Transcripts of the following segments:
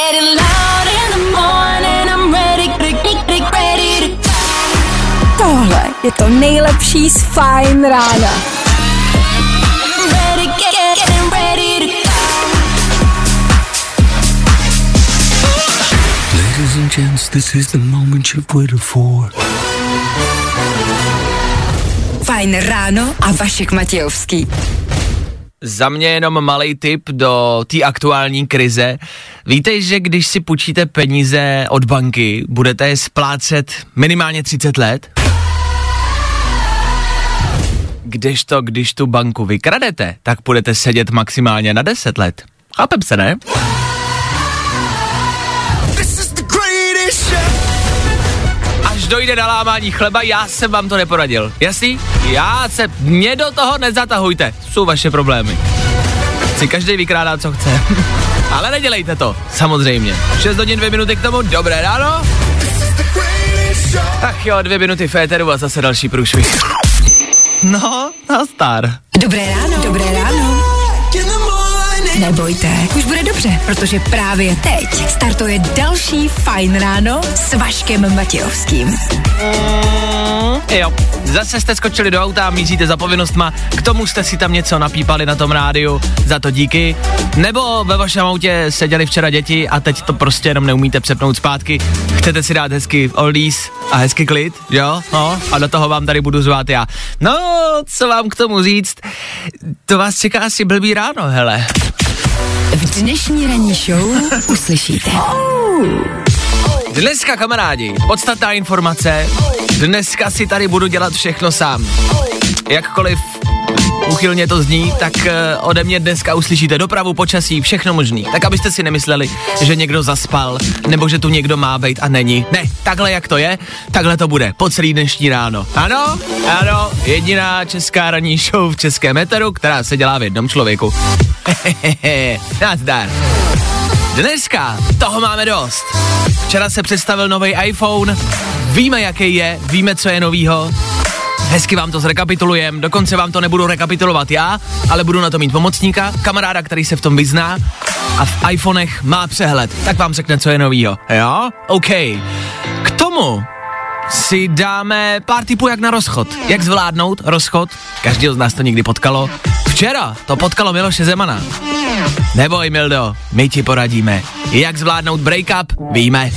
Tohle je to nejlepší z Fajn rána. Ladies and gents, this is the moment you've waited for. Fajn ráno a Vašek Matějovský. Za mě jenom malej tip do té aktuální krize. Víte, že když si půjčíte peníze od banky, budete je splácet minimálně 30 let? Kdežto, když tu banku vykradete, tak budete sedět maximálně na 10 let. Chápem se, ne? Až dojde na lámání chleba, já jsem vám to neporadil. Jasný? Mě do toho nezatahujte. Jsou vaše problémy. Si každý vykrádá, co chce. Ale nedělejte to, samozřejmě. 6 hodin 2 minuty k tomu, dobré ráno. Ach jo, 2 minuty féteru a zase další průšvih. No, nastar. Dobré ráno. Dobré ráno. Nebojte, už bude dobře, protože právě teď startuje další Fajn ráno s Vaškem Matějovským. Jo, zase jste skočili do auta, míříte za povinnostma, k tomu jste si tam něco napípali na tom rádiu, za to díky. Nebo ve vašem autě seděli včera děti a teď to prostě jenom neumíte přepnout zpátky. Chcete si dát hezky oldies a hezky klid, jo? No, a do toho vám tady budu zvát já. No, co vám k tomu říct? To vás čeká asi blbý ráno, hele. V dnešní ranní show uslyšíte. Dneska, kamarádi, podstatná informace. Dneska si tady budu dělat všechno sám. Jakkoliv úchylně to zní, tak ode mě dneska uslyšíte dopravu, počasí, všechno možný. Tak abyste si nemysleli, že někdo zaspal, nebo že tu někdo má být a není. Ne, takhle jak to je, takhle to bude po celý dnešní ráno. Ano, jediná česká ranní show v českém éteru, která se dělá v jednom člověku. Nazdar. Dneska toho máme dost. Včera se představil nový iPhone, víme jaký je, víme co je novýho. Hezky vám to zrekapitulujem, dokonce vám to nebudu rekapitulovat já, ale budu na to mít pomocníka, kamaráda, který se v tom vyzná a v iPhonech má přehled, tak vám řekne, co je novýho. Jo? OK. K tomu si dáme pár tipů jak na rozchod. Jak zvládnout rozchod? Každýho z nás to někdy potkalo. Včera to potkalo Miloše Zemana. Neboj, Mildo, my ti poradíme. Jak zvládnout break-up? Víme.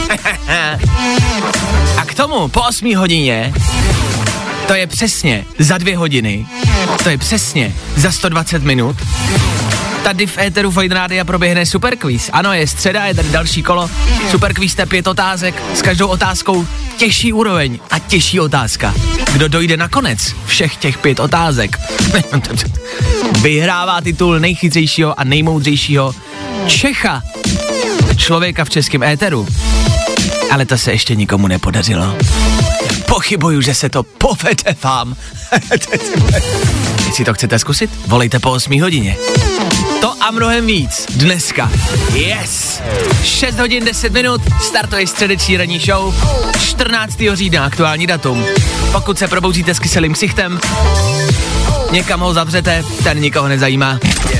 A k tomu po 8 hodině, to je přesně za 2 hodiny, to je přesně za 120 minut, tady v éteru Fajn rádia proběhne superkvíz. Ano, je středa, je tady další kolo. Superkvíz, 5 otázek, s každou otázkou těžší úroveň a těžší otázka. Kdo dojde na konec všech těch 5 otázek, vyhrává titul nejchytřejšího a nejmoudřejšího Čecha. Člověka v českém éteru. Ale to se ještě nikomu nepodařilo. Pochybuju, že se to povede vám. Jestli to chcete zkusit, volejte po 8 hodině. To a mnohem víc dneska. Yes! 6 hodin 10 minut, startuje středeční ranní show. 14. října aktuální datum. Pokud se probouzíte s kyselým ksichtem, někam ho zavřete, ten nikoho nezajímá.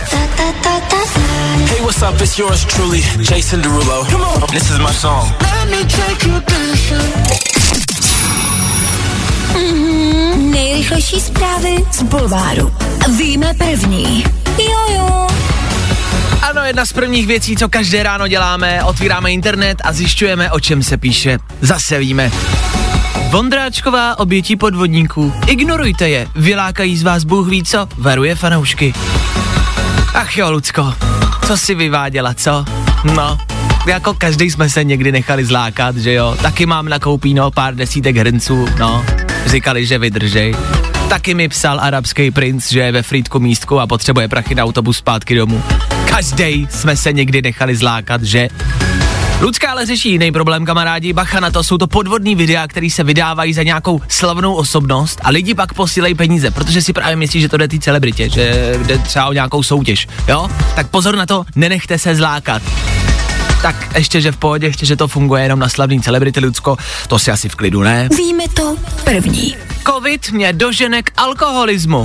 Hey, what's up? It's yours truly, Jason Derulo. This is my song. Nejrychlejší zprávy z bulváru. Víme první. Jojo. Ano, jedna z prvních věcí, co každé ráno děláme, otvíráme internet a zjišťujeme, o čem se píše. Zase víme. Vondráčková obětí podvodníků. Ignorujte je, vylákají z vás Bůh ví co, varuje fanoušky. Ach jo, Lucko, co si vyváděla, co? No, jako každý jsme se někdy nechali zlákat, že jo? Taky mám nakoupíno pár desítek hrnců, no. Říkali, že vydržej. Taky mi psal arabský princ, že je ve Frýdku místku a potřebuje prachy na autobus zpátky domů. Každej jsme se někdy nechali zlákat, že? Lucka ale řeší jiný problém, kamarádi, bacha na to, jsou to podvodný videa, který se vydávají za nějakou slavnou osobnost a lidi pak posílají peníze, protože si právě myslí, že to jde té celebritě, že jde třeba o nějakou soutěž, jo? Tak pozor na to, nenechte se zlákat. Tak ještě, že v pohodě, ještě, že to funguje jenom na slavný celebrity, Lucko, to si asi v klidu, ne? Víme to první. Covid mě dožene k alkoholismu.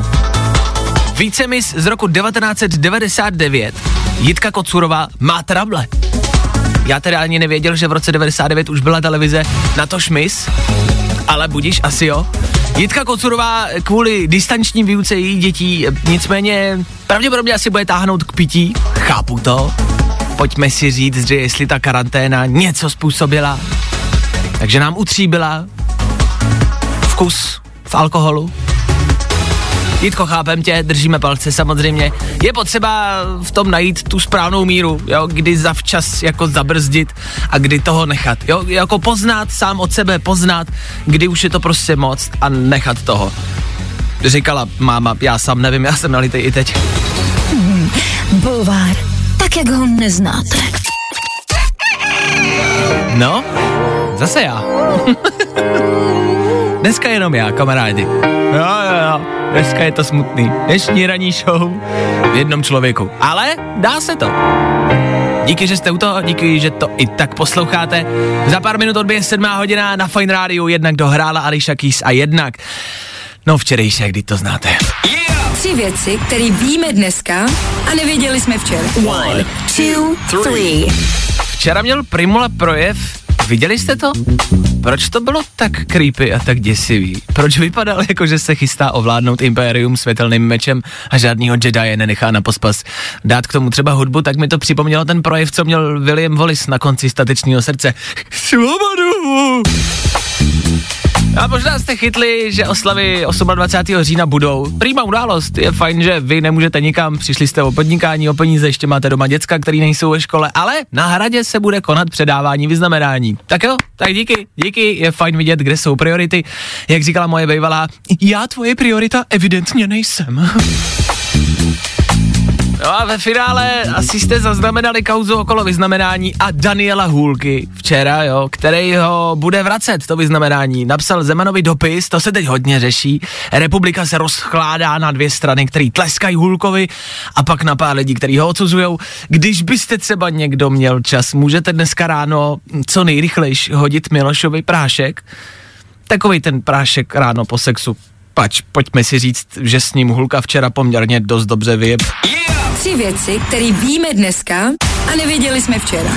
Vícemis z roku 1999. Jitka Kocurová má trable. Já teda ani nevěděl, že v roce 99 už byla televize na to šmys, ale budiš, asi jo. Jitka Kocurová kvůli distanční výuce jejich dětí, nicméně pravděpodobně asi bude táhnout k pití, chápu to. Pojďme si říct, že jestli ta karanténa něco způsobila, takže nám utříbila vkus v alkoholu. Jitko, chápem tě, držíme palce samozřejmě. Je potřeba v tom najít tu správnou míru, jo, kdy zavčas jako zabrzdit a kdy toho nechat, jo, jako poznat sám od sebe, poznat, kdy už je to prostě moc a nechat toho. Říkala máma, já sám nevím, já jsem nalitej i teď. Bulvár, tak jak ho neznáte. No, zase já. Dneska jenom já, kamarádi. Jo, dneska je to smutný. Dnešní ranní show v jednom člověku. Ale dá se to. Díky, že jste u toho, díky, že to i tak posloucháte. Za pár minut odběje 7 hodina na Fajn rádiu, jednak dohrála Alicia Keys a jednak, no včerejšek, kdy to znáte. Yeah! 3 věci, které víme dneska a nevěděli jsme včera. 1, 2, 3. Včera měl Primula projev. Viděli jste to? Proč to bylo tak creepy a tak děsivý? Proč vypadal jako, že se chystá ovládnout impérium světelným mečem a žádnýho Jedi nenechá na pospas dát k tomu třeba hudbu, tak mi to připomnělo ten projev, co měl William Wallace na konci Statečného srdce. Svobodu! A možná jste chytli, že oslavy 28. října budou. Prýma událost, je fajn, že vy nemůžete nikam, přišli jste o podnikání, o peníze, ještě máte doma děcka, který nejsou ve škole, ale na hradě se bude konat předávání vyznamenání. Tak jo, tak díky, je fajn vidět, kde jsou priority. Jak říkala moje bejvalá, já tvoje priorita evidentně nejsem. No a ve finále asi jste zaznamenali kauzu okolo vyznamenání a Daniela Hůlky včera, jo, který ho bude vracet, to vyznamenání. Napsal Zemanovi dopis, to se teď hodně řeší. Republika se rozchládá na 2 strany, který tleskají Hůlkovi a pak na pár lidí, který ho odsuzujou. Když byste třeba někdo měl čas, můžete dneska ráno co nejrychlejš hodit Milošovi prášek. Takovej ten prášek ráno po sexu. Pojďme si říct, že s ním Hůlka včera poměrně dost dobře vyjeb. 3 věci, které víme dneska a nevěděli jsme včera.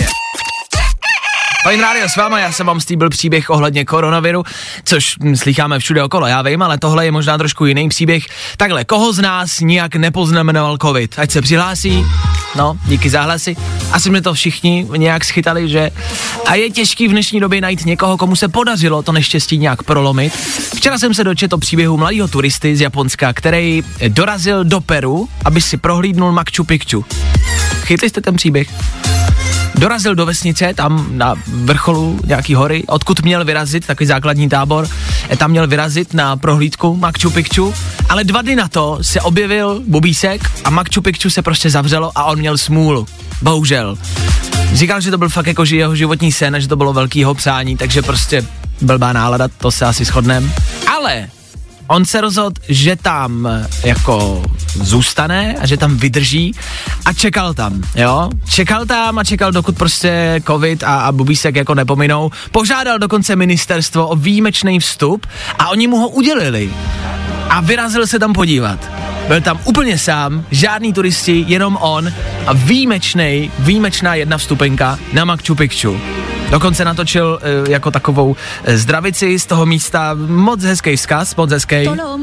Fajn rádio s váma, já jsem vám slíbil příběh ohledně koronaviru, což slycháme všude okolo, já vím, ale tohle je možná trošku jiný příběh. Takhle, koho z nás nijak nepoznamenal covid? Ať se přihlásí, no, díky záhlasy. Asi mě to všichni nějak schytali, že? A je těžký v dnešní době najít někoho, komu se podařilo to neštěstí nějak prolomit. Včera jsem se dočetl o příběhu mladého turisty z Japonska, který dorazil do Peru, aby si prohlídnul Machu Picchu. Chytli jste ten příběh? Dorazil do vesnice, tam na vrcholu nějaký hory, odkud měl vyrazit, takový základní tábor, tam měl vyrazit na prohlídku Machu Picchu, ale 2 dny na to se objevil bubísek a Machu Picchu se prostě zavřelo a on měl smůlu. Bohužel. Říkal, že to byl fakt jako jeho životní sen a že to bylo velkýho přání, takže prostě blbá nálada, to se asi shodneme. Ale on se rozhodl, že tam jako zůstane a že tam vydrží a čekal tam, jo? Čekal tam a čekal, dokud prostě covid a bubísek jako nepominou. Požádal dokonce ministerstvo o výjimečný vstup a oni mu ho udělili. A vyrazil se tam podívat. Byl tam úplně sám, žádný turisti, jenom on a výjimečná 1 vstupenka na Machu Picchu. Dokonce natočil jako takovou zdravici z toho místa, moc hezký vzkaz, moc hezký.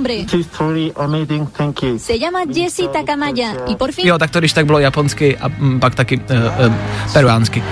Jo, tak to když tak bylo japonsky a pak taky peruánsky.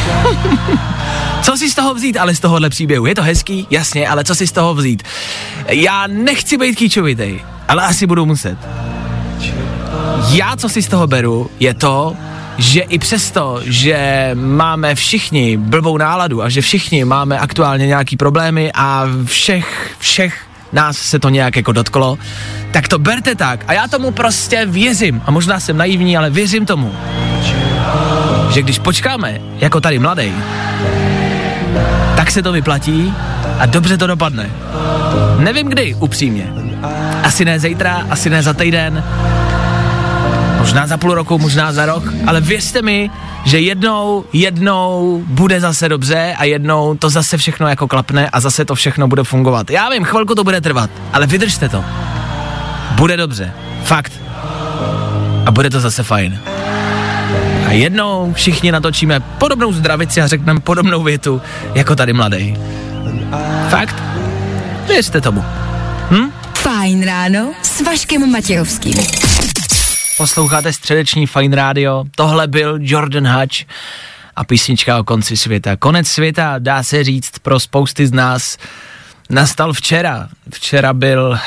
Co si z toho vzít, ale z tohohle příběhu? Je to hezký, jasně, ale co si z toho vzít? Já nechci být kýčovitej, ale asi budu muset. Já, co si z toho beru, je to, že i přesto, že máme všichni blbou náladu a že všichni máme aktuálně nějaký problémy a všech nás se to nějak jako dotklo, tak to berte tak a já tomu prostě věřím a možná jsem naivní, ale věřím tomu, že když počkáme jako tady mladej, tak se to vyplatí a dobře to dopadne. Nevím kdy, upřímně. Asi ne zítra, asi ne za týden, možná za půl roku, možná za rok, ale věřte mi, že jednou bude zase dobře a jednou to zase všechno jako klapne a zase to všechno bude fungovat. Já vím, chvilku to bude trvat, ale vydržte to. Bude dobře, fakt. A bude to zase fajn. A jednou všichni natočíme podobnou zdravici a řekneme podobnou větu, jako tady mladej. Fakt? Věřte tomu. Fajn ráno s Vaškem Matějovským. Posloucháte středeční Fajn rádio, tohle byl Jordan Hutch a písnička o konci světa. Konec světa, dá se říct, pro spousty z nás nastal včera. Včera byl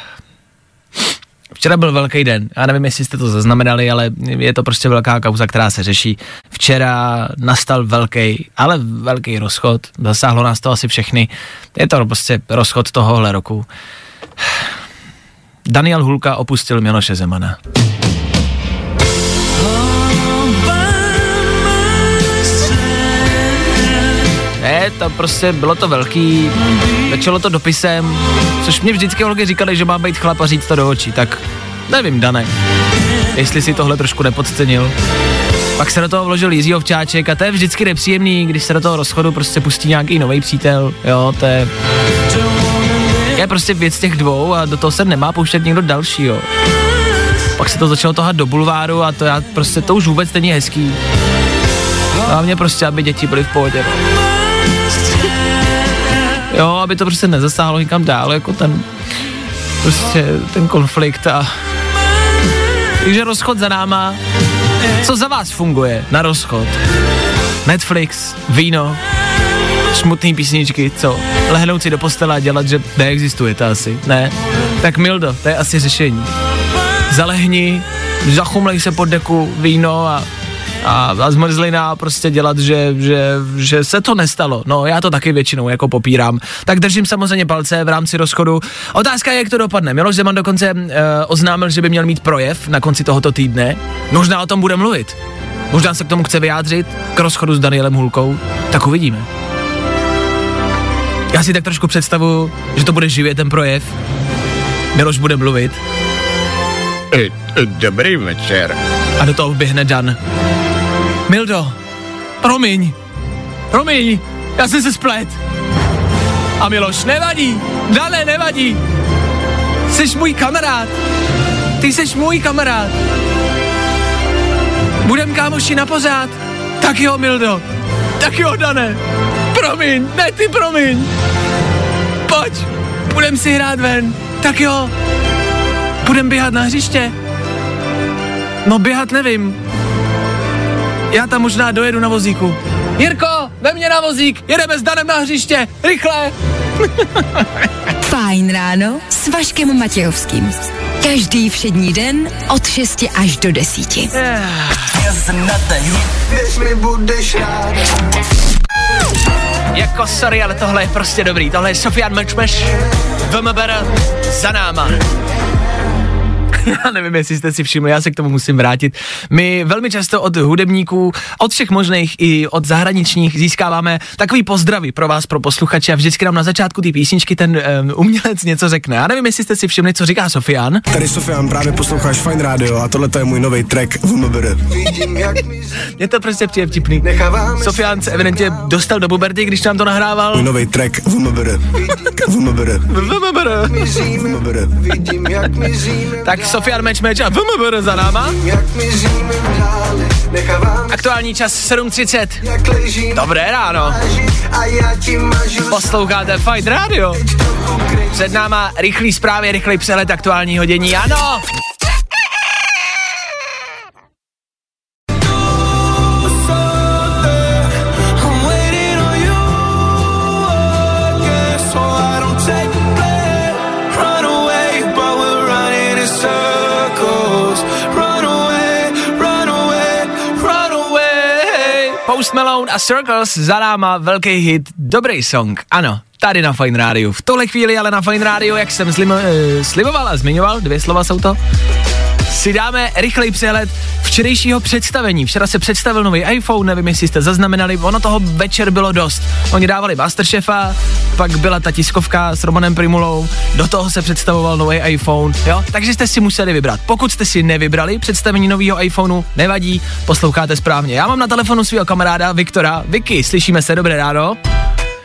velký den. Já nevím, jestli jste to zaznamenali, ale je to prostě velká kauza, která se řeší. Včera nastal velký rozchod. Zasáhlo nás to asi všechny. Je to prostě rozchod tohohle roku. Daniel Hulka opustil Miloše Zemana. To prostě bylo to velký, začalo to dopisem, což mě vždycky holky říkali, že má být chlap a říct to do očí, tak nevím, Dane, jestli si tohle trošku nepodcenil. Pak se do toho vložil Jiří Ovčáček a to je vždycky nepříjemný, když se do toho rozchodu prostě pustí nějaký nový přítel, jo, to je prostě věc těch dvou a do toho se nemá pouštět někdo další, jo. Pak se to začalo tohat do bulváru a to už vůbec není hezký. Hlavně prostě, aby děti byly v pohodě. Jo, aby to prostě nezasáhlo nikam dál, jako ten konflikt a... Takže rozchod za náma. Co za vás funguje na rozchod? Netflix, víno, smutný písničky, co? Lehnout si do postele a dělat, že neexistuje to asi, ne? Tak Mildo, to je asi řešení. Zalehni, zachumlej se pod deku víno a zmrzlina prostě dělat, že se to nestalo. No, já to taky většinou jako popírám. Tak držím samozřejmě palce v rámci rozchodu. Otázka je, jak to dopadne. Miloš Zeman dokonce oznámil, že by měl mít projev na konci tohoto týdne. Možná o tom bude mluvit. Možná se k tomu chce vyjádřit, k rozchodu s Danielem Hulkou. Tak uvidíme. Já si tak trošku představuji, že to bude živě ten projev. Miloš bude mluvit. Dobrý večer. A do toho běhne Dan. Mildo, promiň, já jsem se splet. A Miloš, nevadí, Dane, nevadí. Jseš můj kamarád, ty seš můj kamarád. Budem kámoši na pořád. Tak jo, Mildo, tak jo, Dane, promiň, pojď, budem si hrát ven, tak jo, budem běhat na hřiště. No běhat nevím. Já tam možná dojedu na vozíku. Jirko, vem mě na vozík, jedeme s Danem na hřiště, rychle. Fajn ráno s Vaškem Matějovským. Každý všední den od 6 až do 10. Jako sorry, ale tohle je prostě dobrý. Tohle je Sofian Mečmeš, VMBR za náma. Já nevím, jestli jste si všimli, já se k tomu musím vrátit. My velmi často od hudebníků, od všech možných i od zahraničních získáváme takový pozdravy pro vás, pro posluchače a vždycky nám na začátku té písničky ten umělec něco řekne. Já nevím, jestli jste si všimli, co říká Sofian. Tady Sofian, právě posloucháš Fajn rádio a tohle je můj nový track VMBR. Je to prostě vtipný. Sofian se evidentně dostal do puberty, když nám to nahrával. Můj nový track VMBR. Tak Sofian meč a VMBR za náma. Aktuální čas 7:30. Dobré ráno. Posloucháte Fajn rádio. Před náma rychlý zprávy, rychlý přehled aktuálního dění. Ano! Post Malone a Circles za náma, velký hit, dobrý song, ano, tady na Fajn rádiu. V tohle chvíli ale na Fajn rádiu, jak jsem sliboval a zmiňoval, 2 slova jsou to, si dáme rychlej přehled včerejšího představení. Včera se představil nový iPhone, nevím, jestli jste zaznamenali, ono toho večer bylo dost. Oni dávali Masterchefa, pak byla ta tiskovka s Romanem Primulou, do toho se představoval nový iPhone, jo? Takže jste si museli vybrat. Pokud jste si nevybrali představení nového iPhoneu, nevadí, posloucháte správně. Já mám na telefonu svého kamaráda Viktora. Vicky, slyšíme se, dobré ráno.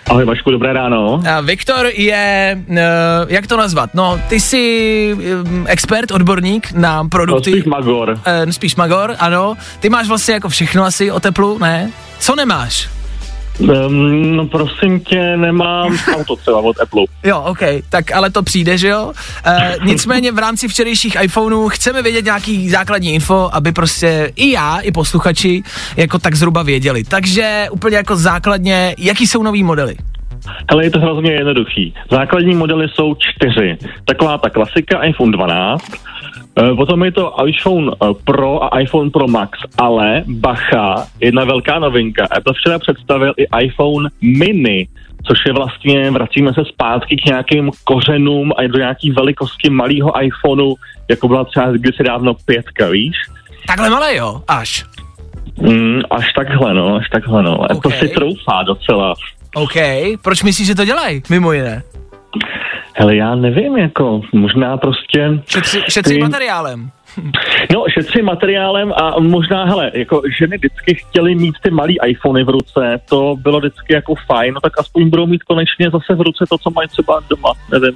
Ahoj Vašku, dobré ráno. Viktor je, jak to nazvat, no ty jsi expert, odborník na produkty. No, spíš magor. Spíš magor, ano. Ty máš vlastně jako všechno asi o teplu, ne? Co nemáš? No prosím tě, nemám auto třeba od Apple. Jo, ok, tak ale to přijde, že jo? Nicméně v rámci včerejších iPhoneů chceme vědět nějaký základní info, aby prostě i já, i posluchači jako tak zhruba věděli. Takže úplně jako základně, jaký jsou nový modely? Hele, je to hrozně jednoduchý. Základní modely jsou 4. Taková ta klasika iPhone 12, potom je to iPhone Pro a iPhone Pro Max, ale bacha, jedna velká novinka. Apple včera představil i iPhone Mini, což je vlastně, vracíme se zpátky k nějakým kořenům a do nějaký velikosti malého iPhoneu, jako byla třeba kdysi dávno 5, víš? Takhle malé, jo? Až Až takhle, no. Okay. To si troufá docela. OK, proč myslíš, že to dělají, mimo jiné? Hele, já nevím, jako, možná prostě... Šetří materiálem. No, šetří materiálem a možná, hele, jako ženy vždycky chtěly mít ty malý iPhony v ruce, to bylo vždycky jako fajn, no tak aspoň budou mít konečně zase v ruce to, co mají třeba doma, nevím.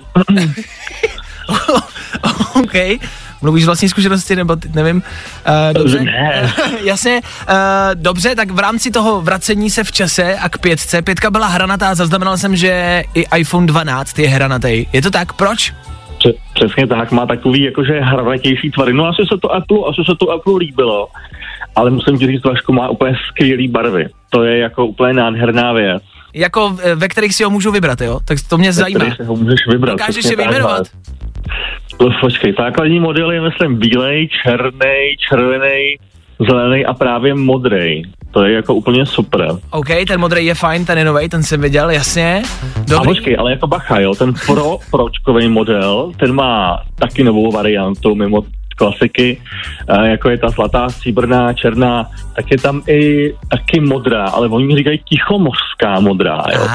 OK, mluvíš vlastní zkušenosti, nebo nevím, dobře? Ne. Jasně, dobře, tak v rámci toho vracení se v čase a k 5, 5 byla hranatá, zaznamenal jsem, že i iPhone 12 je hranatý, je to tak, proč? Přesně tak, má takový jakože hranatější tvary, no asi se to Apple líbilo, ale musím ti říct, Vašku, má úplně skvělý barvy, to je jako úplně nádherná věc. Jako ve kterých si ho můžu vybrat, jo? Tak to mě zajímá. Ve kterých si ho můžeš vybrat. Dokážeš si vyjmenovat? Počkej, základní model je, myslím, bílej, černej, červený, zelený a právě modrej. To je jako úplně super. OK, ten modrej je fajn, ten je novej, ten jsem viděl, jasně. Dobrý. A počkej, ale jako bacha, jo, ten pročkový model, ten má taky novou variantu mimo klasiky, jako je ta zlatá, stříbrná, černá, tak je tam i taky modrá, ale oni mi říkají tichomořská modrá, jo.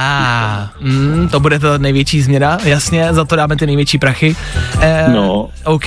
To bude to největší změna, jasně, za to dáme ty největší prachy. No. OK.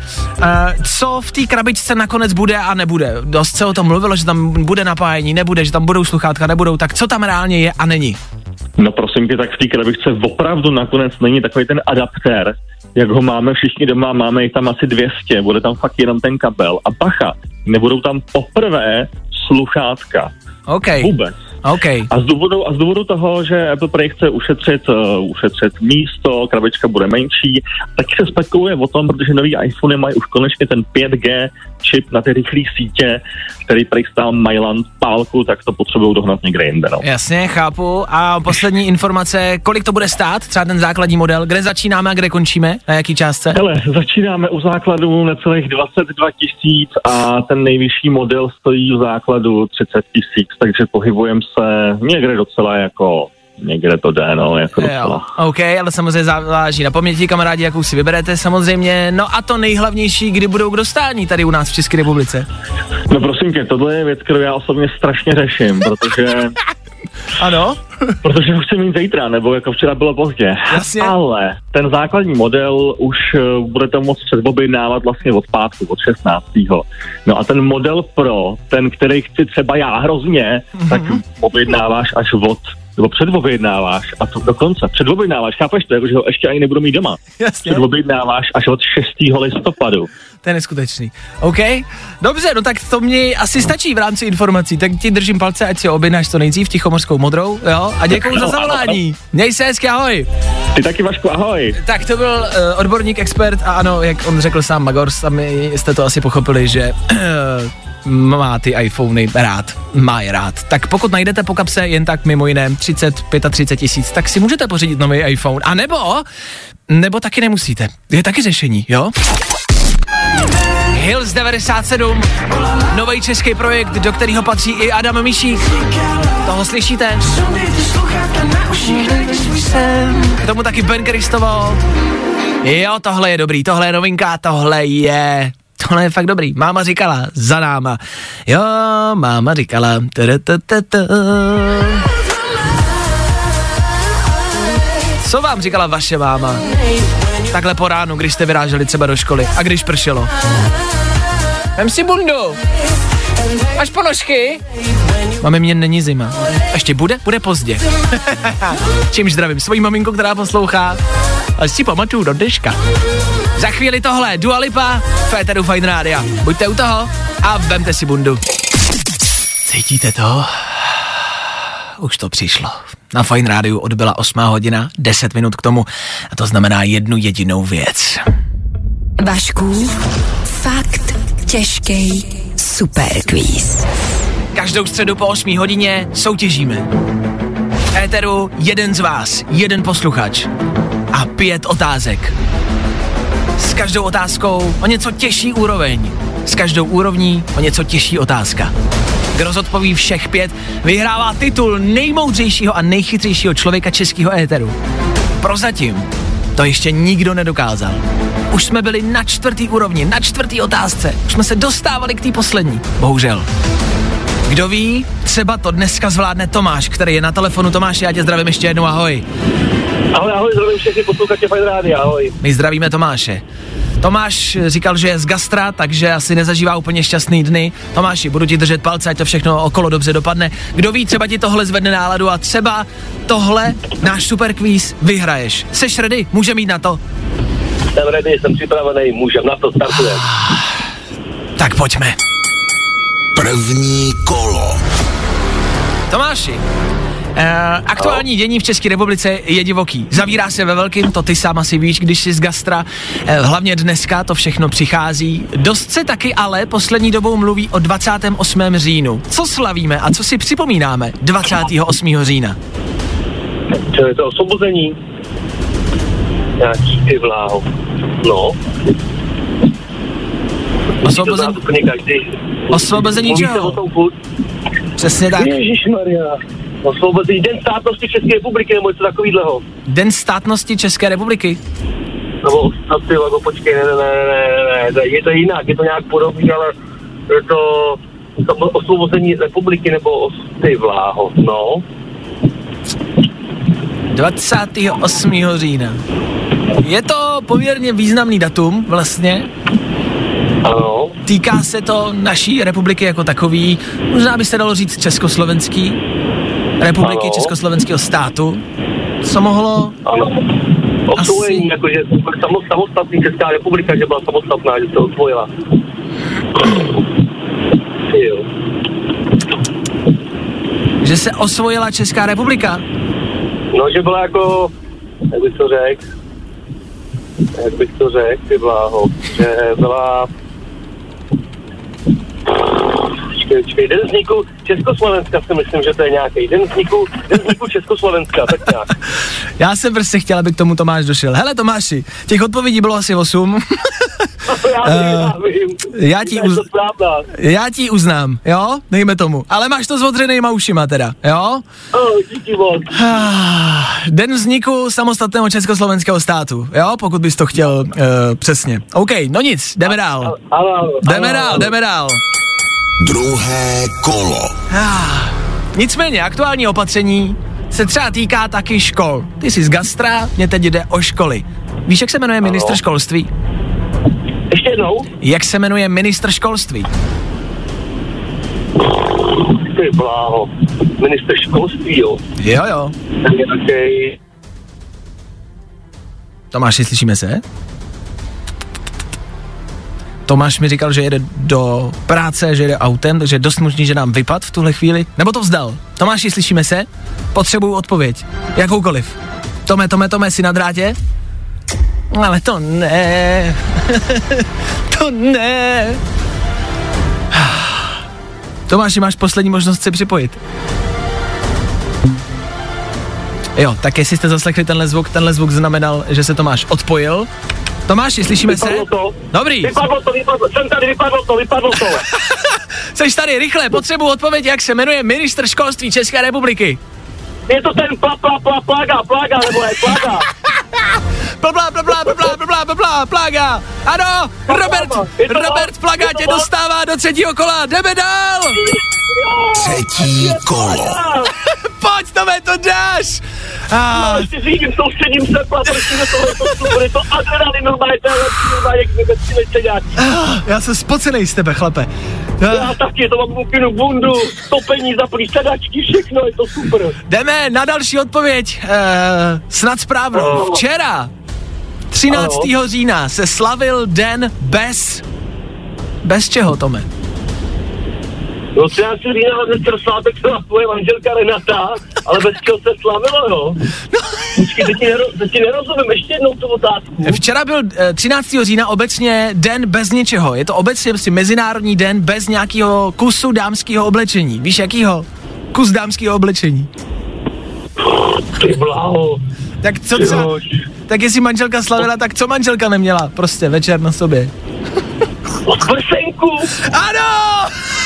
Co v té krabičce nakonec bude a nebude? Dost se o tom mluvilo, že tam bude napájení, nebude, že tam budou sluchátka, nebudou, tak co tam reálně je a není? No prosím tě, tak v té krabičce opravdu nakonec není takový ten adaptér, jak ho máme všichni doma, máme jich tam asi 200, bude tam fakt jenom ten kabel a bacha, nebudou tam poprvé sluchátka. OK. Vůbec. Okay. A z důvodu toho, že Apple Play chce ušetřit místo, krabička bude menší, tak se spekuluje o tom, protože nový iPhone mají už konečně ten 5G čip na ty rychlé sítě, který prý stál Mailand pálku, tak to potřebují dohnat někde jinde. No. Jasně, chápu. A poslední informace, kolik to bude stát, třeba ten základní model, kde začínáme a kde končíme, na jaký částce? Hele, začínáme u základu necelých 22 000 a ten nejvyšší model stojí u základu 30 000, takže pohybujeme se někde docela jako, někde to jde, no, jako docela. OK, ale samozřejmě záleží na paměti, kamarádi, jakou si vyberete samozřejmě. No a to nejhlavnější, kdy budou k dostání tady u nás v České republice? No prosím tě, tohle je věc, kterou já osobně strašně řeším, protože... Ano? Protože ho chci mít zítra, nebo jako včera bylo pozdě. Jasně. Ale ten základní model už budete moct předobjednávat vlastně od pátku, od 16. No a ten model Pro, ten, který chci třeba já hrozně, tak objednáváš až nebo předobjednáváš a to dokonce předobjednáváš, chápeš to, jakože ho ještě ani nebudu mít doma. Jasně. Předobjednáváš až od 6. listopadu. To je neskutečný. OK, dobře, no tak to mě asi stačí v rámci informací, tak ti držím palce, ať si objednáš to nejdřív tichomořskou modrou, jo, a děkuju za zavolání. Měj se hezky, ahoj. Ty taky, Vašku, ahoj. Tak to byl odborník, expert a ano, jak on řekl sám Magor, sami jste to asi pochopili, že má ty iPhony rád, má je rád. Tak pokud najdete po kapse jen tak mimo jiné 30-35 tisíc, tak si můžete pořídit nový iPhone. A nebo taky nemusíte. Je taky řešení, jo? Hills 97, nový český projekt, do kterého patří i Adam Mišík. Toho slyšíte? K tomu taky Ben Kristoval. Jo, tohle je dobrý, tohle je novinka, tohle je fakt dobrý. Máma říkala, za náma. Jo, máma říkala. Co vám říkala vaše máma? Takhle po ránu, když jste vyráželi třeba do školy a když pršelo. Vem si bundu. Máš ponožky? Mami, mě není zima. Ještě bude? Bude pozdě. Čímž zdravím svoji maminku, která poslouchá. Až si pamatuju do dneška. Za chvíli tohle, Dua Lipa, v éteru Fajn Rádia. Buďte u toho a vemte si bundu. Cítíte to? Už to přišlo. Na Fajn Rádiu odbyla 8 hodina, 10 minut k tomu. A to znamená jednu jedinou věc. Vašku, fakt těžký superquiz. Každou středu po 8 hodině soutěžíme. V éteru jeden z vás, jeden posluchač a 5 otázek. S každou otázkou o něco těžší úroveň. S každou úrovní o něco těžší otázka. Kdo zodpoví všech 5, vyhrává titul nejmoudřejšího a nejchytřejšího člověka českého éteru. Prozatím to ještě nikdo nedokázal. Už jsme byli na 4. úrovni, na 4. otázce. Už jsme se dostávali k té poslední. Bohužel. Kdo ví, třeba to dneska zvládne Tomáš, který je na telefonu. Tomáš, já tě zdravím ještě jednou, ahoj. Ahoj, zdravím všechny posluchače Fajn Rádia, ahoj. My zdravíme Tomáše. Tomáš říkal, že je z gastra, takže asi nezažívá úplně šťastný dny. Tomáši, budu ti držet palce, ať to všechno okolo dobře dopadne. Kdo ví, třeba ti tohle zvedne náladu a třeba tohle, náš superkvíz, vyhraješ. Seš ready? Můžeme jít na to? Jsem ready, jsem připravený, můžem, na to startujeme. Tak pojďme. První kolo. Tomáši, aktuální dění v České republice je divoký. Zavírá se ve velkým, to ty sám asi víš, když jsi z gastra. Hlavně dneska to všechno přichází. Dost se taky ale poslední dobou mluví o 28. říjnu. Co slavíme a co si připomínáme 28. října? Co je to osvobození? Nějaký ty vláho. No. Osvobození? Osvobození čeho? Přesně tak. Ježišmarja. Osvobození Den státnosti České republiky nebo něco takovýhleho. Den státnosti České republiky? Nebo počkej, ne, je to jinak, je to nějak podobný, ale je to osvobození republiky nebo ty vláho, no. 28. října. Je to poměrně významný datum vlastně. Ano. Týká se to naší republiky jako takový, možná by se dalo říct československý, republiky ano. Československého státu. Co mohlo? Ano. Osvojení, jakože samostatný Česká republika, že byla samostatná, že se osvojila. Jo. Že se osvojila Česká republika? No, že byla jako, jak bych to řekl, ty bláho, že byla, počkej, den vzniku Československa si myslím, že to je nějaký, den vzniku Československa, tak nějak. Já jsem prostě chtěl, aby k tomu Tomáš došel. Hele Tomáši, těch odpovědí bylo asi 8. Já ti uznám, jo, dejme tomu. Ale máš to s odřenýma ušima teda, jo? Díky moc. Den vzniku samostatného československého státu, jo, pokud bys to chtěl přesně. OK, no nic, jdeme dál. Jdeme dál. Druhé kolo. Nicméně, aktuální opatření se třeba týká taky škol. Ty jsi z gastra, mě teď jde o školy. Víš, jak se jmenuje ministr školství? Ještě jednou? Jak se jmenuje ministr školství? Ty bláho. Ministr školství, jo? Jo. Okay. Tomáši, slyšíme se? Tomáš mi říkal, že jede do práce, že jede autem, takže dost možný, že nám vypad v tuhle chvíli. Nebo to vzdal. Tomáši, slyšíme se? Potřebuju odpověď. Jakoukoliv. Tome, jsi na drátě? Ale to ne. To ne. Tomáši, máš poslední možnost se připojit. Jo, tak jestli jste zaslechli tenhle zvuk znamenal, že se Tomáš odpojil. Tomáši, slyšíme se? To. Dobrý. Vypadlo to, jsem tady, vypadlo to. Seš tady, rychle, potřebuji odpověď, jak se jmenuje ministr školství České republiky. Je to ten plaga, nebo je plaga. Plaga. Ano, Robert Plaga tě dostává do 3. kola, jdeme dál. 3. kolo. Pojď, Tome, to dáš. Ještě řídím, soustředím se, protože to je to adrenalin, normálně, to je lepší, normálně, jak vůbec si nechce nějaký. Já jsem spocenej z tebe, chlape. Já taky, to mám kupinu bundu, topení za sedačky, všechno, je to super. Jdeme na další odpověď, snad správnou. Včera, 13. října, se slavil den bez čeho, Tome? No 13. října se svátek byla tvoje manželka Renata, ale bez čeho se slavilo, jo? Počkej, teď ti nerozumím, ještě jednou tu otázku. Včera byl 13. října obecně den bez něčeho. Je to obecně mezinárodní den bez nějakého kusu dámského oblečení. Víš jakýho? Kus dámského oblečení. Ty bláho. Tak co třeba? Tak jestli manželka slavila, tak co manželka neměla prostě večer na sobě? Prsenku! Ano!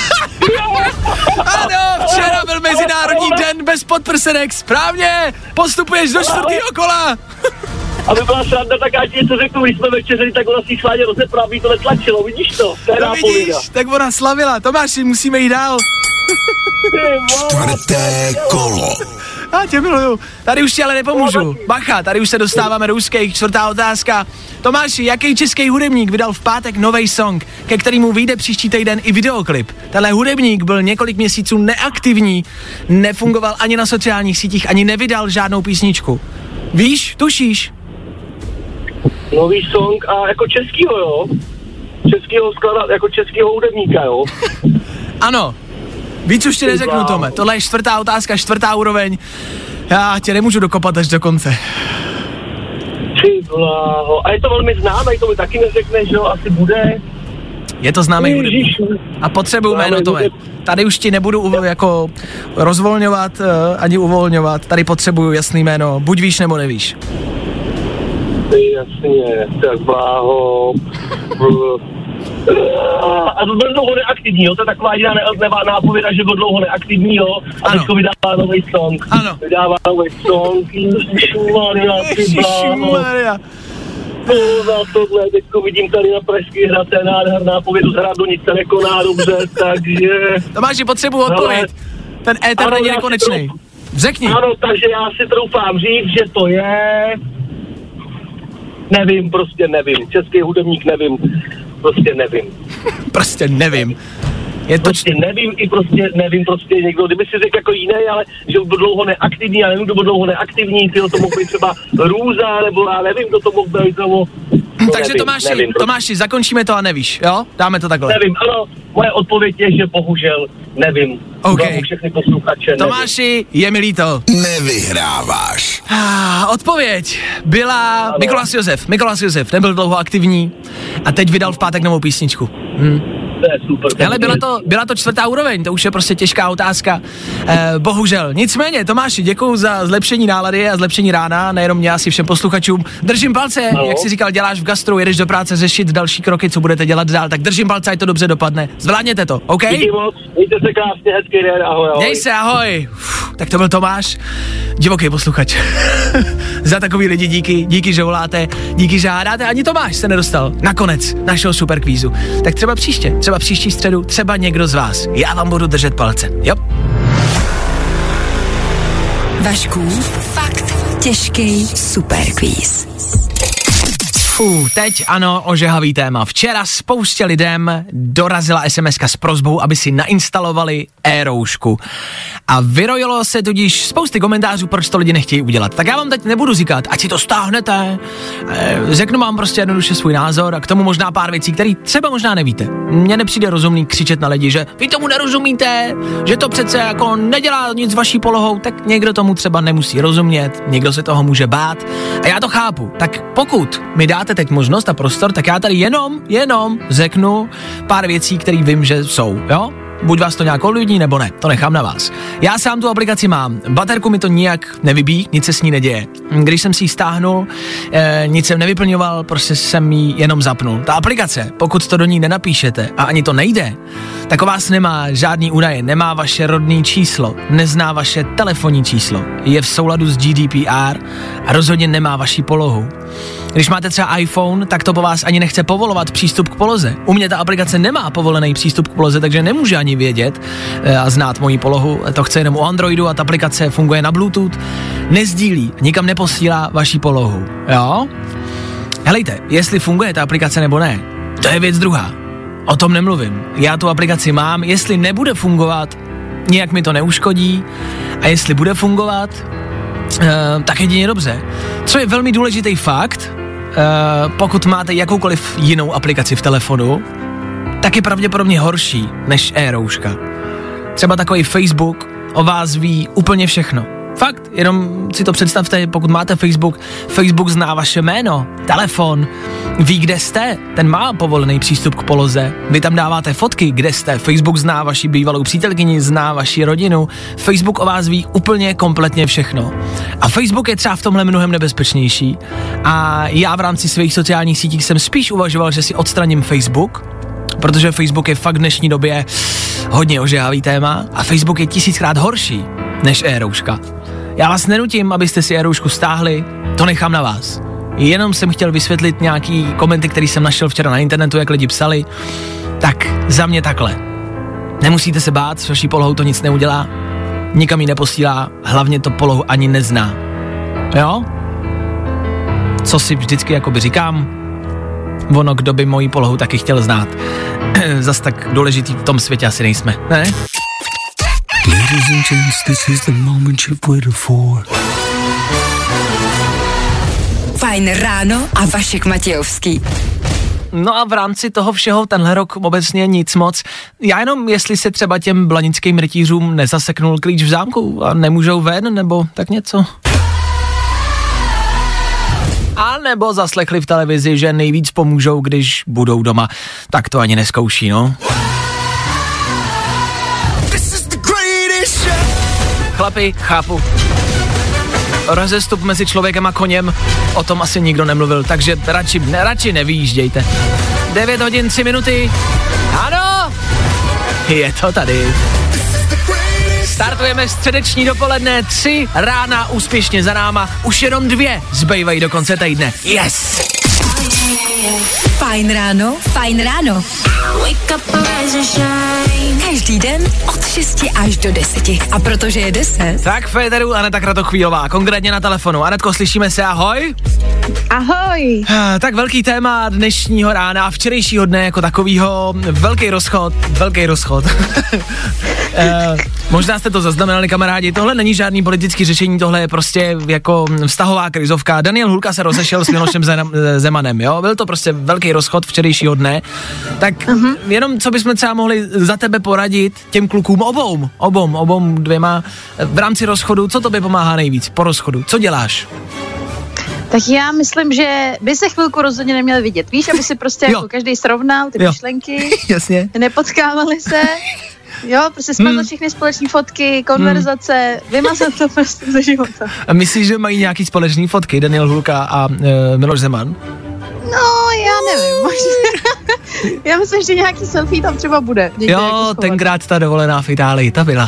Ano, včera byl mezinárodní den bez podprsenek, správně, postupuješ do 4. kola. Aby byla sranda, tak já ti něco řeknu, když jsme večeřili, tak ona si schválně rozepraví, to netlačilo, vidíš to? To je nápověda. Tak ona slavila, Tomáši, musíme jít dál. 4. kolo. Já tě miluju. Tady už ti ale nepomůžu. Bacha, tady už se dostáváme do úzkých. 4. otázka. Tomáši, jaký český hudebník vydal v pátek nový song, ke kterému vyjde příští týden i videoklip? Tenhle hudebník byl několik měsíců neaktivní, nefungoval ani na sociálních sítích, ani nevydal žádnou písničku. Víš, tušíš? Nový song a jako českýho, jo? Českýho skladat, jako českýho hudebníka, jo? Ano. Víc už ti neřeknu, Tome. Tohle je 4. otázka, 4. úroveň. Já tě nemůžu dokopat až do konce. Ty bláho. A je to velmi známé, to mi taky neřekneš, jo? Asi bude. Je to známý hudebník. A potřebuju jméno, Tome. Tady už ti nebudu jako rozvolňovat, ani uvolňovat. Tady potřebuju jasný jméno. Buď víš, nebo nevíš. Jasně, tak bláho. A to byl dlouho neaktivní, jo? To je taková jiná nápověda, že byl dlouho neaktivní, jo? A teďko vydává nový song. Ano. Vydává nový song. Ježišmarja. Za tohle, teďko vidím tady na Pražský hradce nádherná povědu z hradu, nic se nekoná dobře, takže... Tomáši, potřebuji odpověď. Ten éter není nekonečný. Řekni. Ano, takže já si troufám říct, že to je... Nevím, prostě nevím. Český hudebník nevím. Prostě nevím. Je to prostě nevím i prostě nevím prostě někdo, kdyby si řekl jako jiný, ale že byl dlouho neaktivní, já nevím, kdo byl dlouho neaktivní, to mohl být třeba Růza, nebo já nevím, kdo to mohl být, nebo... Takže nevím, Tomáši, zakončíme to a nevíš, jo? Dáme to takhle. Nevím, ano, moje odpověď je, že bohužel nevím. Okay. Všechny posluchače, Tomáši, je mi líto. Nevyhráváš. Odpověď byla Mikolas Josef, nebyl dlouho aktivní a teď vydal v pátek novou písničku. To je super. Hele, byla to 4. úroveň, to už je prostě těžká otázka. Bohužel. Nicméně, Tomáši, děkuju za zlepšení nálady a zlepšení rána, nejenom mě, asi všem posluchačům. Držím palce, jak jsi říkal, děláš v gastru, jedeš do práce řešit další kroky, co budete dělat dál, tak držím palce, ať to dobře dopadne. Zvládněte to, OK? Díky moc, mějte se krásně, hezký den, ahoj. Měj se, ahoj. Tak to byl Tomáš, divoký posluchač. Za takový lidi díky, že voláte, díky, že hádáte, ani Tomáš se nedostal nakonec našeho superkvízu. Tak třeba příští středu, třeba někdo z vás. Já vám budu držet palce, jo? Vaškův fakt těžký superkvíz. Teď ano, ožehavý téma. Včera spoustě lidem dorazila SMS-ka s prosbou, aby si nainstalovali e-roušku. A vyrojilo se tudíž spousty komentářů, proč to lidi nechtějí udělat. Tak já vám teď nebudu říkat, ať si to stáhnete. Řeknu vám prostě jednoduše svůj názor a k tomu možná pár věcí, které třeba možná nevíte. Mně nepřijde rozumný křičet na lidi, že vy tomu nerozumíte, že to přece jako nedělá nic s vaší polohou, tak někdo tomu třeba nemusí rozumět, někdo se toho může bát. A já to chápu. Tak pokud mi dáte teď možnost a prostor, tak já tady jenom řeknu pár věcí, které vím, že jsou, jo? Buď vás to nějak ovlivní, nebo ne, to nechám na vás. Já sám tu aplikaci mám, baterku mi to nijak nevybíjí, nic se s ní neděje. Když jsem si ji stáhnul, nic jsem nevyplňoval, prostě jsem ji jenom zapnul. Ta aplikace, pokud to do ní nenapíšete a ani to nejde, tak o vás nemá žádný údaje, nemá vaše rodné číslo, nezná vaše telefonní číslo, je v souladu s GDPR a rozhodně nemá vaši polohu. Když máte třeba iPhone, tak to po vás ani nechce povolovat přístup k poloze. U mě ta aplikace nemá povolený přístup k poloze, takže nemůže ani vědět a znát moji polohu. To chce jenom u Androidu a ta aplikace funguje na Bluetooth. Nezdílí, nikam neposílá vaši polohu. Jo? Helejte, jestli funguje ta aplikace nebo ne, to je věc druhá. O tom nemluvím. Já tu aplikaci mám, jestli nebude fungovat, nějak mi to neuškodí a jestli bude fungovat, tak jedině dobře. Co je velmi důležitý fakt, pokud máte jakoukoliv jinou aplikaci v telefonu, tak je pravděpodobně horší než e-rouška. Třeba takový Facebook o vás ví úplně všechno. Fakt, jenom si to představte, pokud máte Facebook, Facebook zná vaše jméno, telefon, ví, kde jste, ten má povolený přístup k poloze, vy tam dáváte fotky, kde jste, Facebook zná vaši bývalou přítelkyni, zná vaši rodinu, Facebook o vás ví úplně kompletně všechno. A Facebook je třeba v tomhle mnohem nebezpečnější a já v rámci svých sociálních sítí jsem spíš uvažoval, že si odstraním Facebook, protože Facebook je fakt v dnešní době hodně ožehavý téma a Facebook je 1000krát horší než e-rouška. Já vás nenutím, abyste si e-roušku stáhli, to nechám na vás. Jenom jsem chtěl vysvětlit nějaký komenty, který jsem našel včera na internetu, jak lidi psali. Tak za mě takhle. Nemusíte se bát, s vaší polohou to nic neudělá, nikam ji neposílá, hlavně to polohu ani nezná. Jo? Co si vždycky jakoby říkám, ono, kdo by moji polohu taky chtěl znát. Zas tak důležitý v tom světě asi nejsme, ne? Ladies and gents, this is the moment you've waited for. Fajn ráno a Vašek Matějovský. No a v rámci toho všeho tenhle rok obecně nic moc. Já jenom, jestli se třeba těm blanickým rytířům nezaseknul klíč v zámku a nemůžou ven, nebo tak něco. A nebo zaslechli v televizi, že nejvíc pomůžou, když budou doma. Tak to ani neskouší, no. Chlapi, chápu. Rozestup mezi člověkem a koněm, o tom asi nikdo nemluvil, takže radši nevyjíždějte. 9 hodin 3 minuty. Ano, je to tady. Startujeme středeční dopoledne, 3 rána úspěšně za náma, už jenom 2 zbývají do konce týdne. Yes! Fajn ráno, fajn ráno. Každý den od 6 až do 10. A protože je 10. Tak Féteru Aneta Kratochvílová, konkrétně na telefonu. Anetko, slyšíme se, ahoj? Ahoj. Tak velký téma dnešního rána a včerejšího dne jako takovýho, velký rozchod. Možná jste to zaznamenali, kamarádi, tohle není žádný politický řešení, tohle je prostě jako vztahová krizovka. Daniel Hulka se rozešel s Milošem Zemanem, jo? Byl to prostě velký rozchod včerejšího dne. Tak jenom, co bychom třeba mohli za tebe poradit těm klukům, obou dvěma, v rámci rozchodu, co tobě pomáhá nejvíc po rozchodu? Co děláš? Tak já myslím, že by se chvilku rozhodně neměli vidět. Víš, aby si prostě jako každý srovnal ty myšlenky. Jasně. Nepotkávali se. Jo, prostě smazat všechny společné fotky, konverzace, vymazat to prostě ze života. A myslíš, že mají nějaký společný fotky, Daniel Hulka a Miloš Zeman? No, já nevím, možná. Já myslím, že nějaký selfie tam třeba bude. Jo, jako tenkrát ta dovolená v Itálii, ta byla.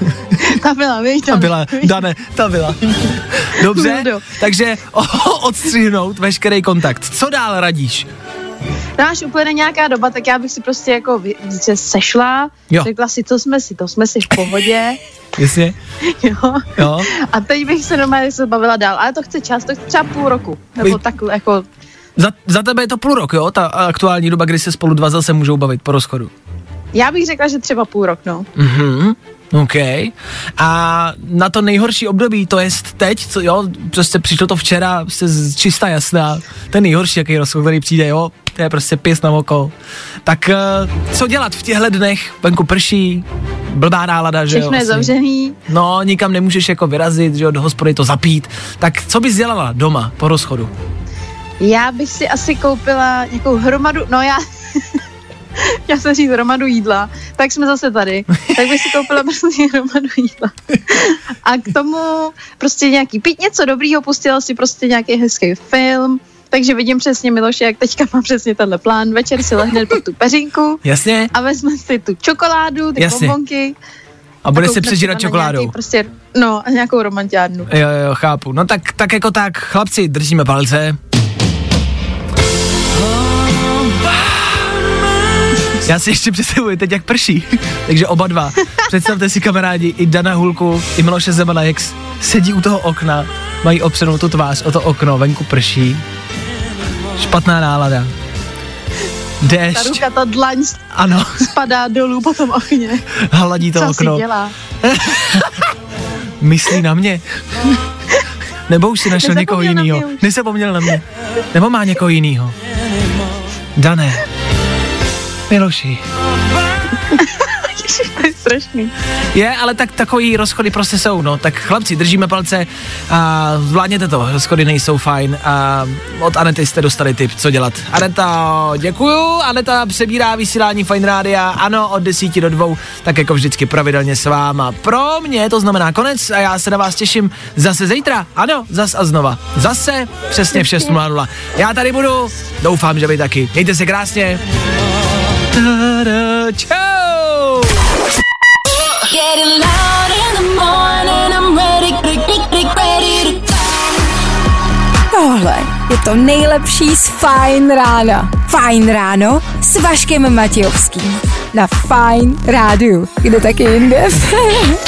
Dane, ta byla. Dobře, takže odstřihnout veškerý kontakt. Co dál radíš? No, až uplyne nějaká doba, tak já bych si prostě jako sešla, řekla si, to jsme si v pohodě. Jasně. Jo. A teď bych se normálně bavila dál, ale to chce čas, to chce třeba půl roku, nebo takhle jako... Za tebe je to půl rok, jo? Ta aktuální doba, kdy se spolu dva zase můžou bavit po rozchodu. Já bych řekla, že třeba půl rok, no. OK. A na to nejhorší období, to je teď, co, jo, prostě přišlo to včera, prostě čistá jasná, ten nejhorší, jaký rozchod, který přijde, jo, to je prostě pěst na oko. Tak co dělat v těchto dnech, venku prší, blbá nálada, že jo? Všechno je zavřený. No, nikam nemůžeš jako vyrazit, že jo, do hospody to zapít. Tak co bys dělala doma po rozchodu? Já bych si asi koupila nějakou hromadu, já jsem říct hromadu jídla, tak jsme zase tady, tak bych si koupila prostě hromadu jídla. A k tomu prostě nějaký pít něco dobrýho, pustila si prostě nějaký hezký film, takže vidím přesně Miloše, jak teďka mám přesně tenhle plán, večer si lehne pod tu peřinku. Jasně. A vezme si tu čokoládu, ty bonbonky. A bude si přežírat čokoládou. Prostě, a nějakou romantiádnu. Jo, chápu. No tak jako tak, chlapci, držíme palce. Já si ještě představuji teď, jak prší. Takže oba dva. Představte si, kamarádi, i Dana Hulku, i Miloše Zemana, jak sedí u toho okna, mají opřenou tu tvář o to okno, venku prší. Špatná nálada. Déšť. Ta ruka, ta dlaň Ano. spadá dolů po tom okně. Hladí to Co okno. si dělá? Myslí na mě. Nebo už si našel někoho jinýho. Nezapomněl na mě. Nebo má někoho jinýho. Dané. Miloši. To je strašný. Je, ale tak takový rozchody prostě jsou, no. Tak chlapci, držíme palce a zvládněte to. Rozchody nejsou fajn. A od Anety jste dostali tip, co dělat. Aneta, děkuju. Aneta přebírá vysílání Fajn rádia. Ano, od 10 do 2, tak jako vždycky pravidelně s váma. Pro mě to znamená konec a já se na vás těším zase zítra. Ano, zas a znova. Zase přesně v 6:00. Já tady budu. Doufám, že vy taky. Mějte se krásně. Čau. Tohle je to nejlepší z Fajn rána. Fajn ráno s Vaškem Matějovským. Na Fajn rádiu. Kde taky jinde?